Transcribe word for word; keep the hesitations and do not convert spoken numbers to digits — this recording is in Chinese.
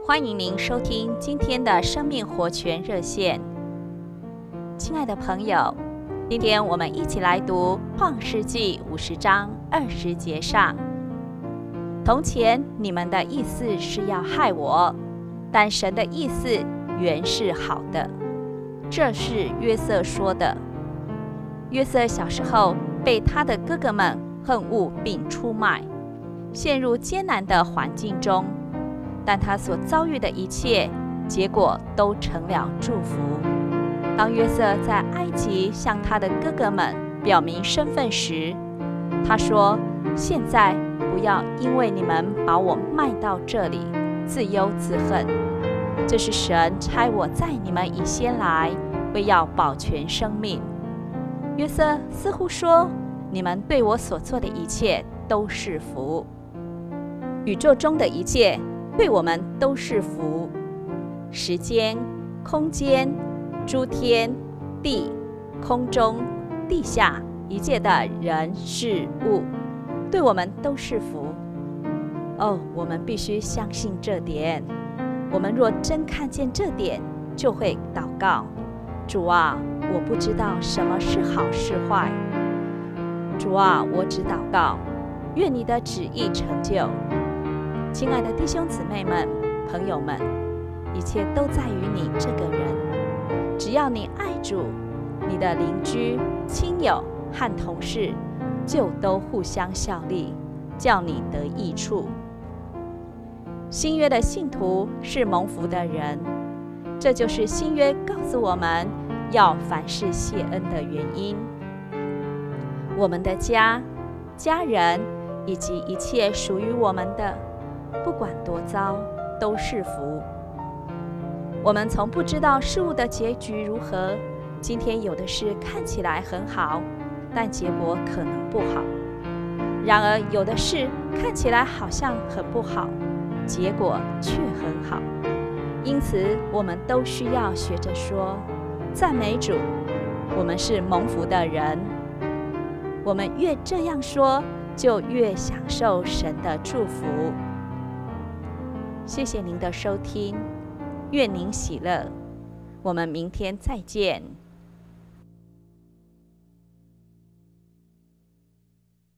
欢迎您收听今天的生命活泉热线。亲爱的朋友，今天我们一起来读创世纪五十章二十节上。从前你们的意思是要害我，但神的意思原是好的。这是约瑟说的。约瑟小时候被他的哥哥们恨恶并出卖，陷入艰难的环境中，但他所遭遇的一切结果都成了祝福。当约瑟在埃及向他的哥哥们表明身份时，他说：现在不要因为你们把我卖到这里自忧自恨，这是神差我在你们以先来，为要保全生命。约瑟似乎说，你们对我所做的一切都是福。宇宙中的一切对我们都是福，时间、空间、诸天、地、空中、地下一切的人事物，对我们都是福。哦，我们必须相信这点。我们若真看见这点，就会祷告：主啊，我不知道什么是好是坏。主啊，我只祷告，愿你的旨意成就。亲爱的弟兄姊妹们、朋友们，一切都在于你这个人。只要你爱主，你的邻居、亲友和同事就都互相效力，叫你得益处。新约的信徒是蒙福的人，这就是新约告诉我们要凡事谢恩的原因。我们的家、家人以及一切属于我们的，不管多糟，都是福。我们从不知道事物的结局如何，今天有的事看起来很好，但结果可能不好。然而有的事看起来好像很不好，结果却很好。因此我们都需要学着说：赞美主，我们是蒙福的人。我们越这样说，就越享受神的祝福。谢谢您的收听，愿您喜乐。我们明天再见。